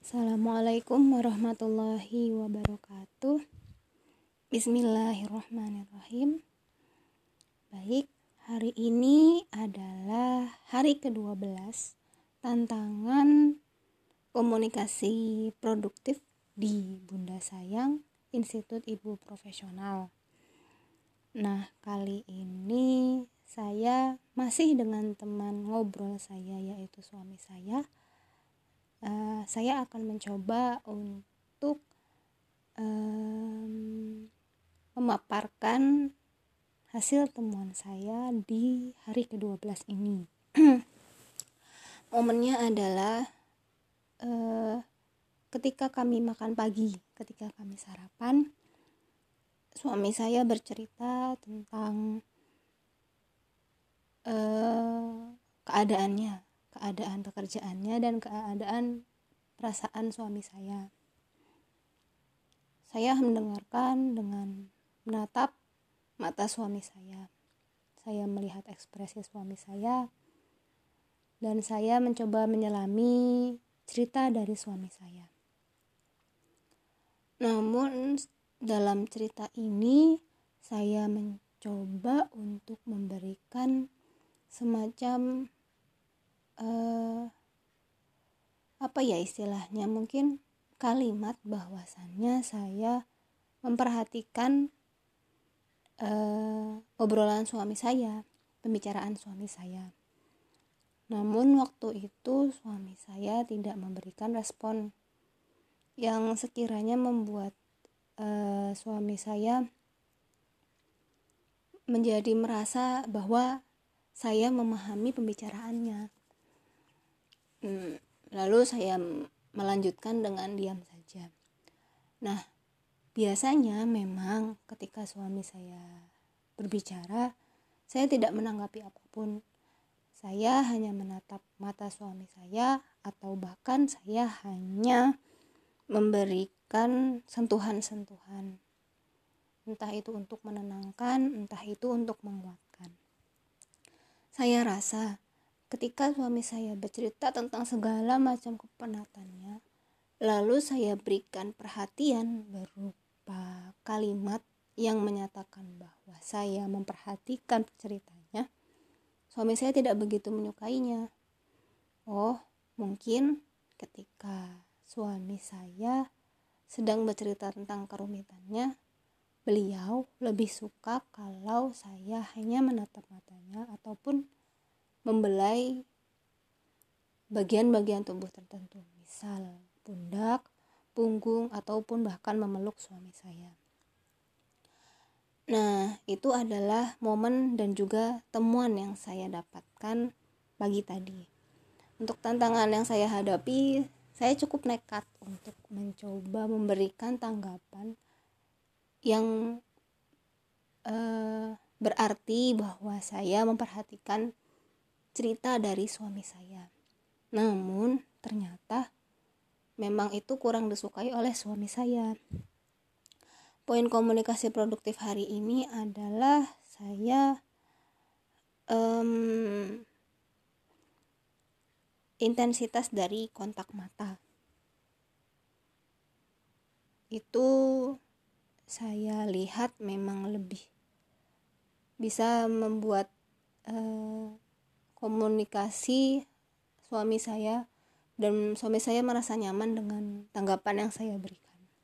Assalamualaikum warahmatullahi wabarakatuh. Bismillahirrahmanirrahim. Baik, hari ini adalah hari ke-12 tantangan komunikasi produktif di Bunda Sayang Institut Ibu Profesional. Nah, kali ini saya masih dengan teman ngobrol saya, yaitu suami saya. Saya akan mencoba untuk memaparkan hasil temuan saya di hari ke-12 ini. Momennya adalah ketika kami makan pagi, ketika kami sarapan, suami saya bercerita tentang keadaan pekerjaannya dan keadaan perasaan suami saya. Saya mendengarkan dengan menatap mata suami saya. Saya melihat ekspresi suami saya dan saya mencoba menyelami cerita dari suami saya. Namun dalam cerita ini saya mencoba untuk memberikan semacam istilahnya, mungkin kalimat bahwasannya saya memperhatikan obrolan suami saya, pembicaraan suami saya. Namun waktu itu suami saya tidak memberikan respon yang sekiranya membuat suami saya menjadi merasa bahwa saya memahami pembicaraannya. Lalu saya melanjutkan dengan diam saja. Nah, biasanya memang ketika suami saya berbicara, saya tidak menanggapi apapun. Saya hanya menatap mata suami saya, atau bahkan saya hanya memberikan sentuhan-sentuhan. Entah itu untuk menenangkan, entah itu untuk menguatkan. Saya rasa ketika suami saya bercerita tentang segala macam kepenatannya, lalu saya berikan perhatian berupa kalimat yang menyatakan bahwa saya memperhatikan ceritanya, suami saya tidak begitu menyukainya. Oh, mungkin ketika suami saya sedang bercerita tentang kerumitannya, beliau lebih suka kalau saya hanya menatap matanya ataupun membelai bagian-bagian tubuh tertentu, misal pundak, punggung, ataupun bahkan memeluk suami saya. Nah, itu adalah momen dan juga temuan yang saya dapatkan pagi tadi. Untuk tantangan yang saya hadapi, saya cukup nekat untuk mencoba memberikan tanggapan yang berarti bahwa saya memperhatikan cerita dari suami saya. Namun ternyata memang itu kurang disukai oleh suami saya. Poin komunikasi produktif hari ini adalah saya intensitas dari kontak mata. Itu saya lihat memang lebih bisa membuat komunikasi suami saya, dan suami saya merasa nyaman dengan tanggapan yang saya berikan.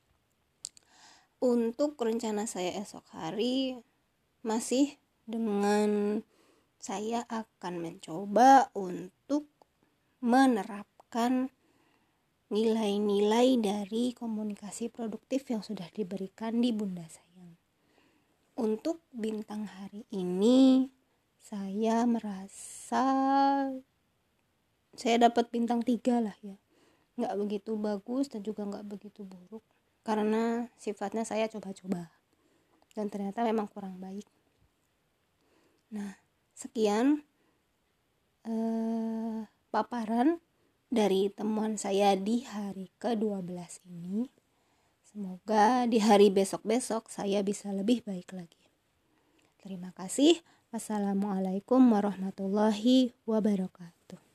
Untuk rencana saya esok hari masih dengan saya akan mencoba untuk menerapkan nilai-nilai dari komunikasi produktif yang sudah diberikan di Bunda Sayang. Untuk bintang hari ini saya merasa saya dapat bintang 3 lah ya. Gak begitu bagus dan juga gak begitu buruk, karena sifatnya saya coba-coba dan ternyata memang kurang baik. Nah, sekian paparan dari temuan saya di hari ke-12 ini. Semoga di hari besok-besok saya bisa lebih baik lagi. Terima kasih. Wassalamualaikum warahmatullahi wabarakatuh.